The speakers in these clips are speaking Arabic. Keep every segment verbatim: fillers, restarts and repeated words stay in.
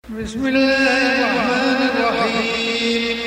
بسم الله الرحمن الرحيم.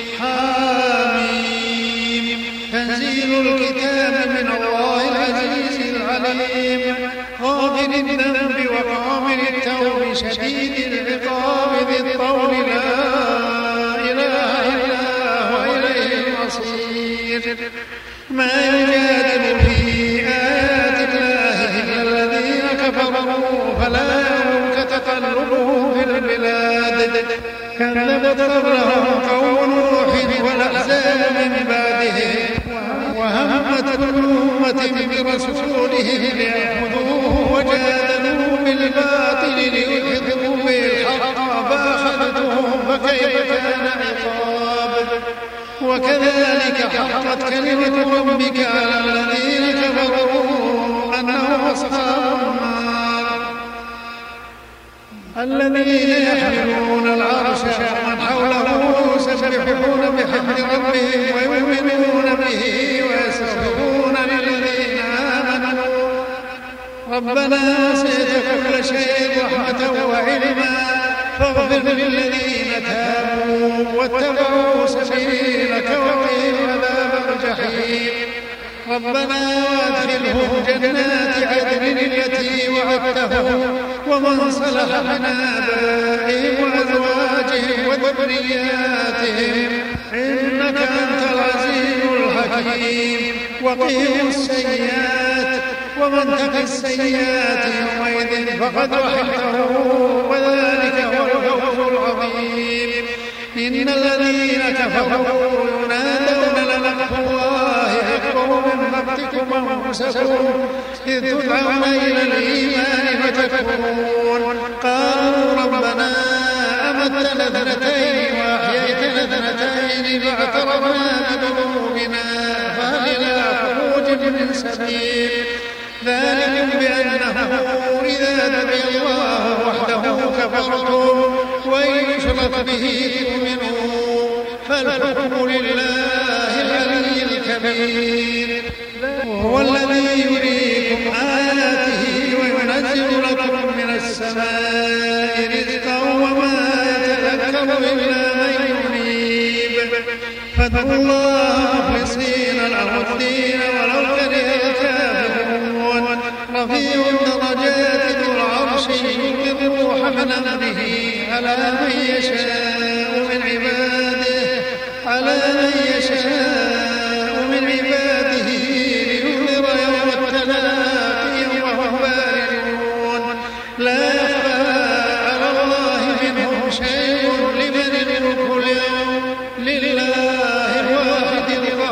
حميم. تنزيل الكتاب من الله العزيز العليم، غافر الذنب وقابل التوب شديد العقاب ذي الطول لا إله إلا هو إليه المصير. ما يجادل في آيات الله إلا الذين كفروا فلا يغرك تقلبهم في البلاد. كذبت قبلهم قوم نوح والأحزاب من بعده، وهمت كل أمة برسولهم ليأخذوه وجادلوا بالباطل ليدحضوا به الحق فأخذتهم فكيف كان عقاب. وكذلك حقت كلمة ربك على الذين كفروا أنهم أصحاب النار الذين يحملون العرش ومن حوله يسبحون بحمد ربهم ويؤمنون به ويستغفرون للذين آمنوا ربنا وسعت كل شيء رحمة وعلما فاغفر للذين تابوا واتبعوا سبيلك وقهم عذاب الجحيم. ربنا وادخلهم جنات عدن التي وعدتهم ومن صلح من آبائهم وأزواجهم وذرياتهم إنك أنت العزيز الحكيم. وقهم السيئات ومن تق السيئات يومئذ فقد رحمته وذلك هو الفوز العظيم. إن الذين كفروا ينادون لمقت الله أكبر من مقتكم أنفسكم إذ تدعون إلى الإيمان فتكفرون. قالوا ربنا أمتنا اثنتين وأحييتنا اثنتين فاعترفنا بذنوبنا فهل إلى خروج من سبيل. ذلك بأنه إذا دعي الله وحده كفرتم وإن يشرك به تؤمنون فالحكم لله العلي الكبير. هو الذي يريكم آياته وينزل لكم من السماء رزقا وما يتذكر إلا من ينيب. فاتقوا الله مخلصين له الدين ولو كره الكافرون. رفيع الدرجات ذو العرش يلقي الروح من أمره على من يشاء من عباده على من يشاء من عباده لينذر يوم التلاقي وهم بارعون. لا يخفى على الله منهم شيء لمن الملك اليوم لله الواحد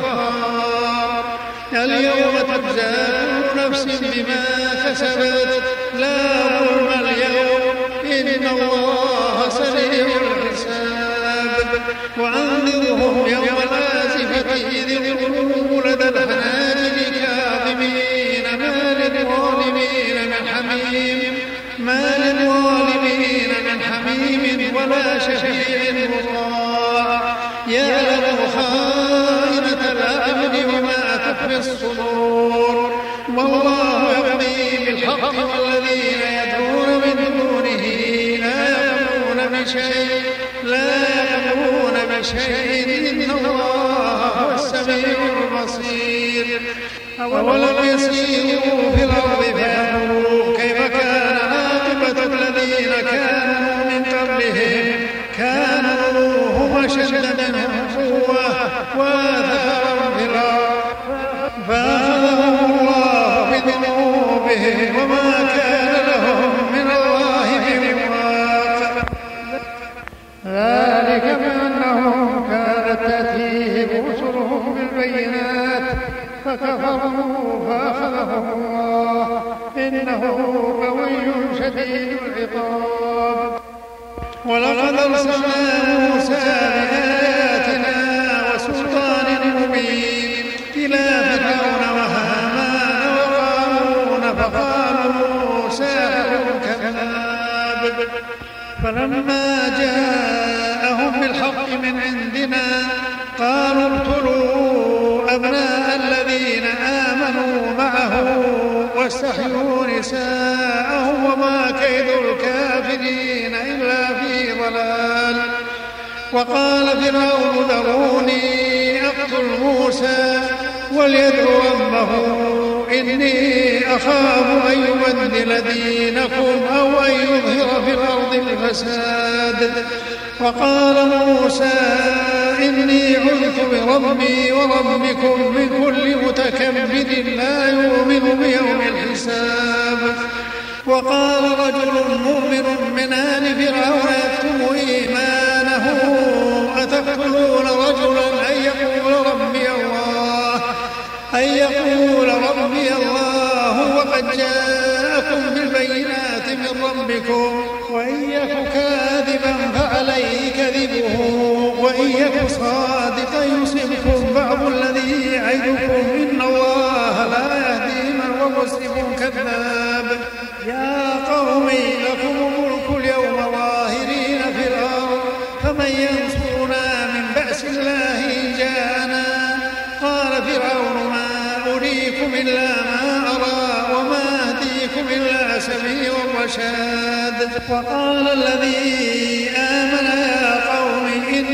القهار. اليوم تجزى كل نفس بما كسبت لا ظلم اليوم إن الله سريع الحساب. وأنذرهم يوم الآزفة إذ القلوب لدى الحناجر كاظمين ما للظالمين من حميم ما للظالمين من حميم ولا شفيع مطاع يعلم خائنة الأعين وما تخفي الصدور. والله يقضي بالحق والذين يدعون من دونه لا يقضون بشيء لا يقضون بشيء إن الله هو السميع البصير. أولم يسيروا في الأرض فينظروا كيف كان عاقبة الذين كانوا من قبلهم كانوا هم أشد منهم قوة وآثارا في الأرض فأخذهم الله بذنوبهم وما كان لهم من الله من واق. ذلك بأنهم كانت تأتيهم رسلهم بالبينات فكفروا فأخذهم الله إنه قوي شديد العقاب. ولقد أرسلنا موسى بآياتنا وسلطان مبين إلى فرعون وهامان وقارون فقالوا ساحر كذاب. فلما جاءهم بالحق من عندنا قالوا اقتلوا أبناء الذين آمنوا معه واستحيوا نساءهم وما كيد الكافرين إلا في ضلال. وقال فرعون ذروني أقتل موسى وليدع ربه إني أخاف أن يبدل دينكم أو أن يظهر في الأرض الفساد. وقال موسى إني عذت بربي وربكم من كل متكبر لا يؤمن بيوم الحساب. وقال رجل مؤمن من آل فرعون يكتم إيمانه أتقتلون رجلا أن يقول ربي الله أن يقول ربي الله وقد جاءكم بالبينات من ربكم وإن يك كاذبا فعليه كذبه وإن يك صادقا يصبكم بعض الذي يعدكم إن الله لا يهدي من هو مسرف كذاب. يا قوم لكم الملك اليوم ظاهرين في الأرض فمن ينصرنا من بأس الله إن جاءنا. قال فرعون ما أريكم إلا ما أرى وما أهديكم إلا سبيل الرشاد. وقال الذي آمن يا قوم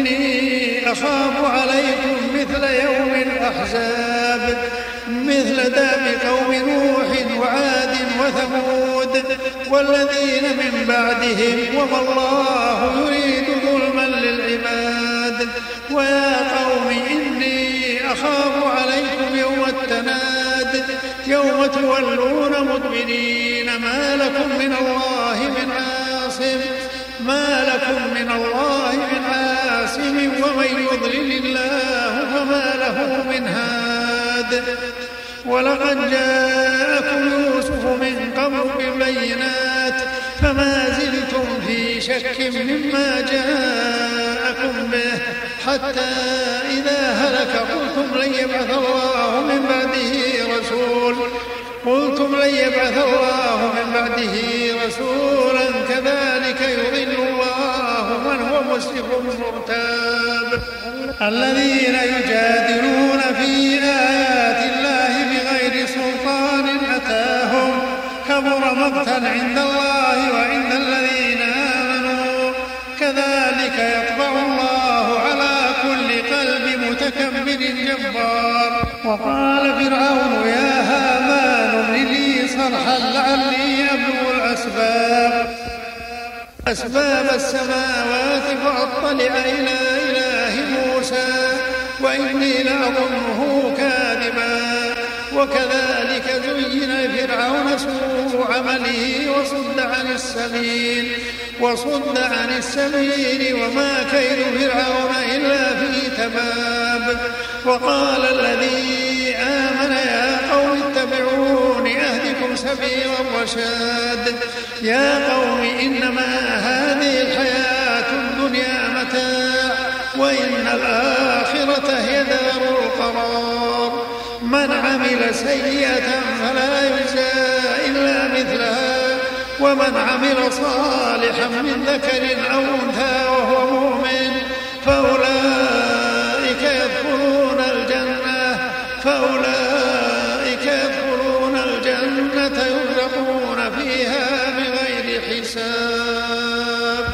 إني أخاف عليكم مثل يوم الأحزاب مثل داب قوم نوح وعاد وثمود والذين من بعدهم وما الله يريد ظلما للعباد. ويا قوم إني أخاف عليكم يوم التناد يوم تولون مدبرين ما لكم من الله من عاصم ما لكم من الله من عاصم ومن يضلل الله فما له من هاد. ولقد جاءكم يوسف من قبل بالبينات فما زلتم في شك مما جاءكم به حتى إذا هلك قلتم لن يبعث الله من بعده رسول قلتم لن يبعث الله من بعده رسولا كذلك يضل الله من هو مسرف مرتاب. الذين يجادلون في آيات الله بغير سلطان أتاهم كبر مقتا عند الله وعند الذين آمنوا كذلك يطبع الله على كل قلب متكبر جبار. وقال فرعون يا هامان ابن لي صرحا لعلي أبلغ الأسباب أسباب السماوات فأطلع إلى إله موسى وإني لأظنه كاذبا. وكذلك زين فرعون سوء عمله وصد عن السبيل وصد عن السبيل وما كيد فرعون إلا في تباب. وقال الذي آمن يا قوم اتبعون أهدكم سبيل الرشاد. يا قوم إنما هذه الحياة الدنيا متاع وإن الآخرة هي دار القرار. من عمل سيئة فلا يجزى إلا مثلها ومن عمل صالحا من ذكر أو أنثى وهو مؤمن فأولئك يدخلون الجنة فأولئك يدخلون الجنة يرزقون فيها بغير حساب.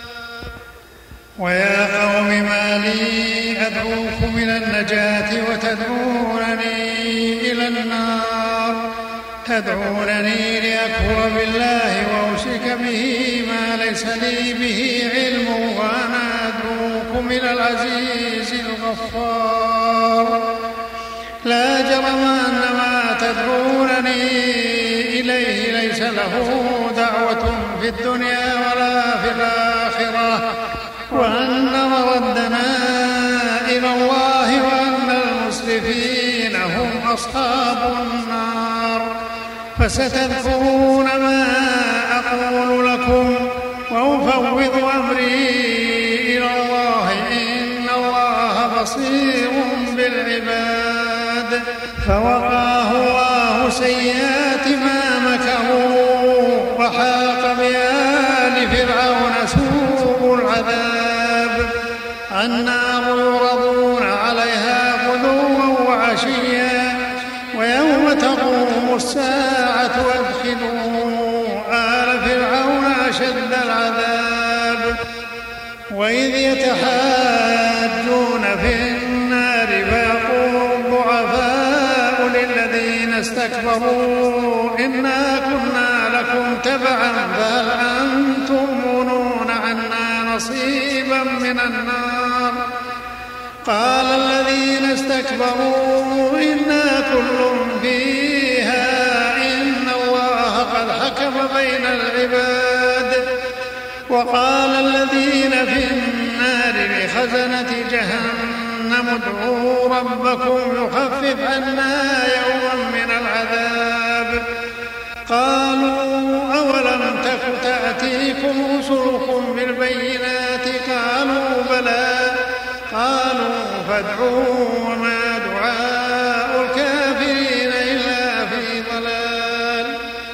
ويا قوم ما لي أدعوكم إلى النجاة وتدعونني إلى النار تدعونني لأكفر بالله وأشرك به ما ليس لي به علم وأنا أدعوكم إلى العزيز الغفار. لا جرم أن ما تدعونني إليه ليس له دعوة في الدنيا ولا في الآخرة وأن مردنا إلى الله وأن المسرفين هم أصحاب النار. فستذكرون ما أقول لكم وأفوض أمري إلى الله إن الله بصير بالعباد. فوقاه الله سيئات ما مكروا وحاق بآل فرعون سوء العذاب. النار يعرضون عليها غدوا وعشيا ويوم تقوم الساعة أدخلوا آل فرعون أشد العذاب. وإذ يتحاجون في النار فيقول الضعفاء للذين استكبروا إنا كنا لكم تبعا فهل أنتم مغنون عنا نصيبا من النار قال الذين استكبروا إنا كل فيها إن الله قد حكم بين العباد وقال الذين في النار لخزنة جهنم ادعوا ربكم يخفف عنا يوما من العذاب قالوا أولم تك تأتيكم رسلكم بالبينات قالوا بلى قالوا فادعوا وما دعاء الكافرين إلا في ضلال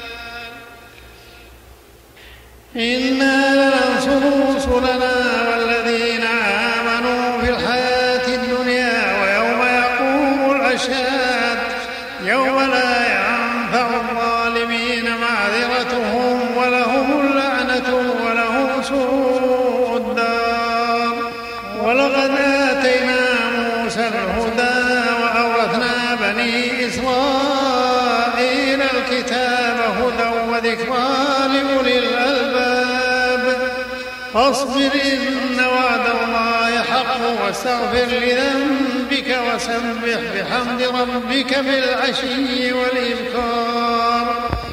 إنا لننصر رسلنا والذين آمنوا في الحياة الدنيا ويوم يقوم الأشهاد يوم لا ينفع الظالمين معذرتهم ولهم اللعنة ولهم سوء الدار ولقد آتينا موسى الهدى وأورثنا بني إسرائيل الكتاب هدى وذكرى لأولي الألباب فاصبر إن وعد الله حق واستغفر لذنبك وسبح بحمد ربك بالعشي والإبكار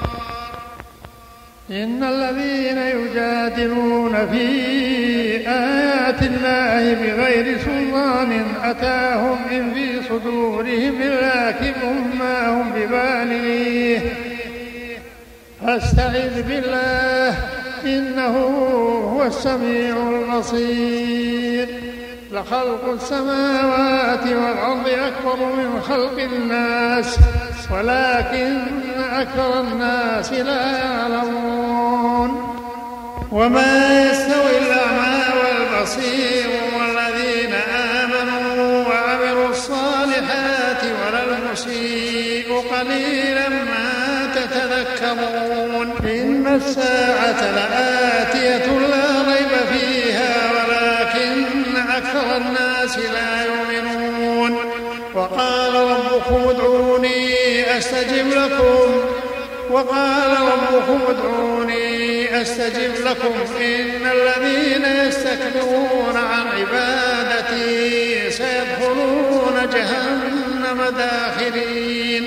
إن الذين يجادلون في آيات الله بغير سلطان أتاهم إن في صدورهم إلا كبر ما هم ببالغيه فاستعذ بالله إنه هو السميع البصير لخلق السماوات والأرض أكبر من خلق الناس ولكن أكثر الناس لا يعلمون وما يستوي الأعمى والبصير والذين آمنوا وعملوا الصالحات ولا المسيء قليلا ما تتذكرون إن الساعة لآتية لا ريب فيها ولكن أكثر الناس لا يؤمنون وقال ربكم ادعوني أستجب لكم وقال ربكم ادعوني أستجب لكم إن الذين يستكبرون عن عبادتي سيدخلون جهنم داخرين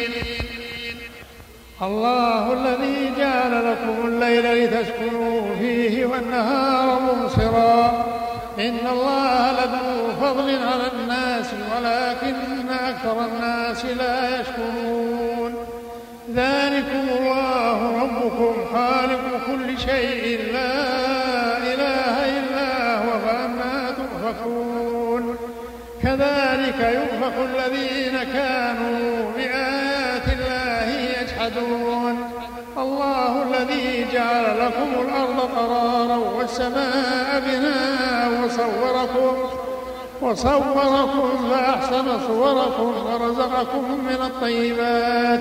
الله الذي جعل لكم الليل لتسكنوا فيه والنهار مبصرا إن الله لذو فضل على الناس ولكن أكثر الناس لا يشكرون ذلكم الله ربكم خالق كل شيء لا إله إلا هو فأنى تؤفكون كذلك يؤفك الذين كانوا بآيات الله يجحدون الله الذي جعل لكم الأرض قرارا والسماء بناء وصوركم وصوركم فأحسن صوركم ورزقكم من الطيبات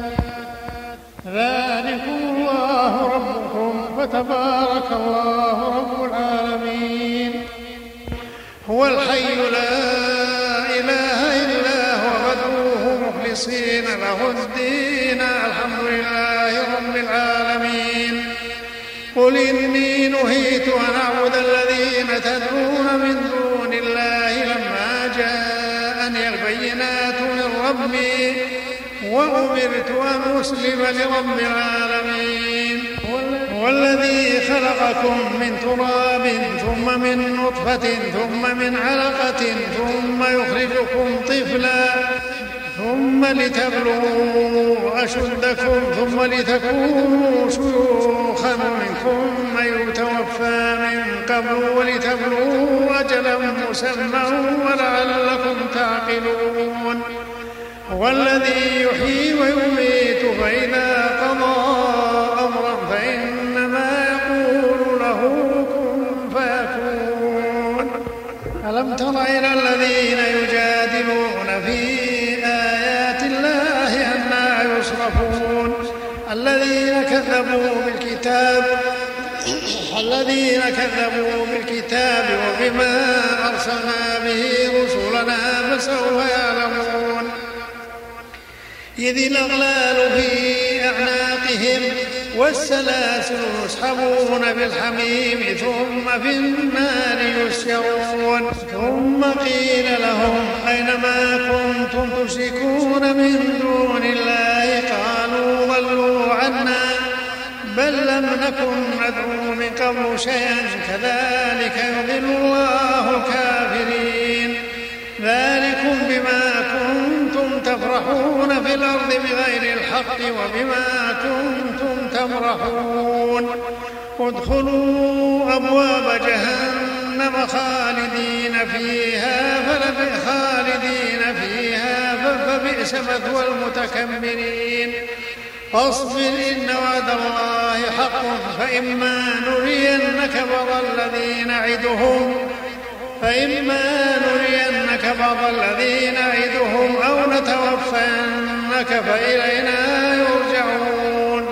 ذلكم الله ربكم فتبارك الله رب العالمين هو الحي لا إله إلا هو فادعوه مخلصين له الدين الحمد لله رب العالمين قل إني نهيت أن أعبد الذين تدعون من دون الله لما جاءني البينات من ربي وأمرت أن أسلم لرب العالمين والذي خلقكم من تراب ثم من نطفة ثم من علقة ثم يخرجكم طفلا ثم لتبلغوا أشدكم ثم لتكونوا شيوخا ومنكم من يتوفى من قبل ولتبلغوا أجلا مسمى ولعلكم تعقلون والذي يحيي ويميت فإذا قضى أمرا فإنما يقول له كن فيكون ألم تر إلى الذين يجادلون في آيات الله أنى يصرفون الذين كذبوا بالكتاب الذين كذبوا بالكتاب وبما أرسلنا به رسلنا فسوف يعلمون إذ الأغلال في أعناقهم والسلاسل يسحبون بالحميم ثم في النار يسجرون ثم قيل لهم أين ما كنتم تشركون من دون الله قالوا ضلوا عنا بل لم نكن ندعو من قبل شيئا كذلك يضل الله الكافرين ذلكم بما كنتم تفرحون في الأرض بغير الحق وبما كنتم تمرحون ادخلوا أبواب جهنم خالدين فيها فلبئس خالدين فيها فبئس مثوى المتكبرين فاصبر إن وعد الله حق فإما نرينك بعض الذي نعدهم فإما نرينك بعض الذي نعدهم أو نتوفينك فإلينا يرجعون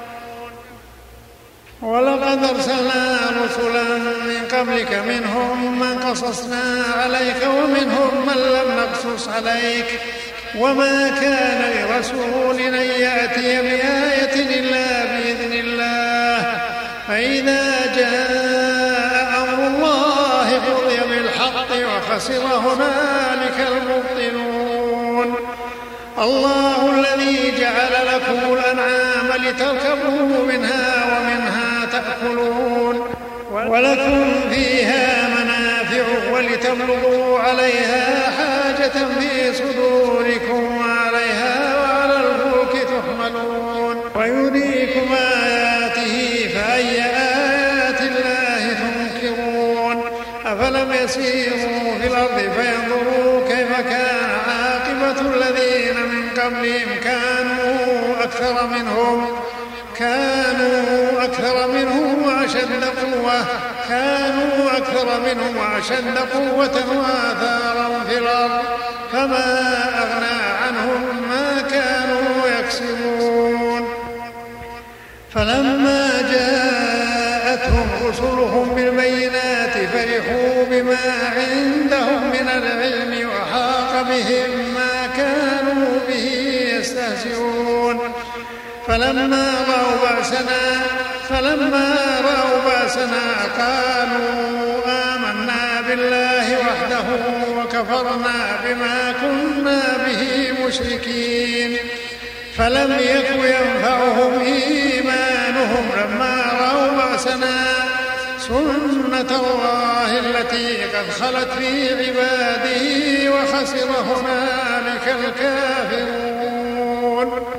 ولقد أرسلنا رسلا من قبلك منهم من قصصنا عليك ومنهم من لم نقصص عليك وما كان لرسول أن يأتي بآية إلا بإذن الله فإذا جاء أمر الله قضي بالحق وخسر هنالك المبطلون الله الذي جعل لكم الأنعام لتركبوا منها ومنها تأكلون ولكم فيها منافع ولتبلغوا عليها حاجة في صدوركم وعليها وعلى الفلك تحملون ويريكم آياته فأي آيات الله تنكرون أفلم يسيروا في الأرض فينظروا كيف كان عاقبة الذين من قبلهم كانوا أكثر منهم كانوا أكثر منهم وأشد قوة كانوا أكثر منهم وأشد قوة وآثارا في الأرض فما أغنى عنهم ما كانوا يكسبون فلما جاءتهم رسلهم بالبينات فرحوا بما عندهم من العلم وحاق بهم ما كانوا به يستهزئون فلما رأوا بأسنا فلما رأوا بأسنا قالوا آمنا بالله وحده وكفرنا بما كنا به مشركين فلم يك ينفعهم إيمانهم لما رأوا بأسنا سنة الله التي قد خلت في عباده وخسر هنالك الكافرون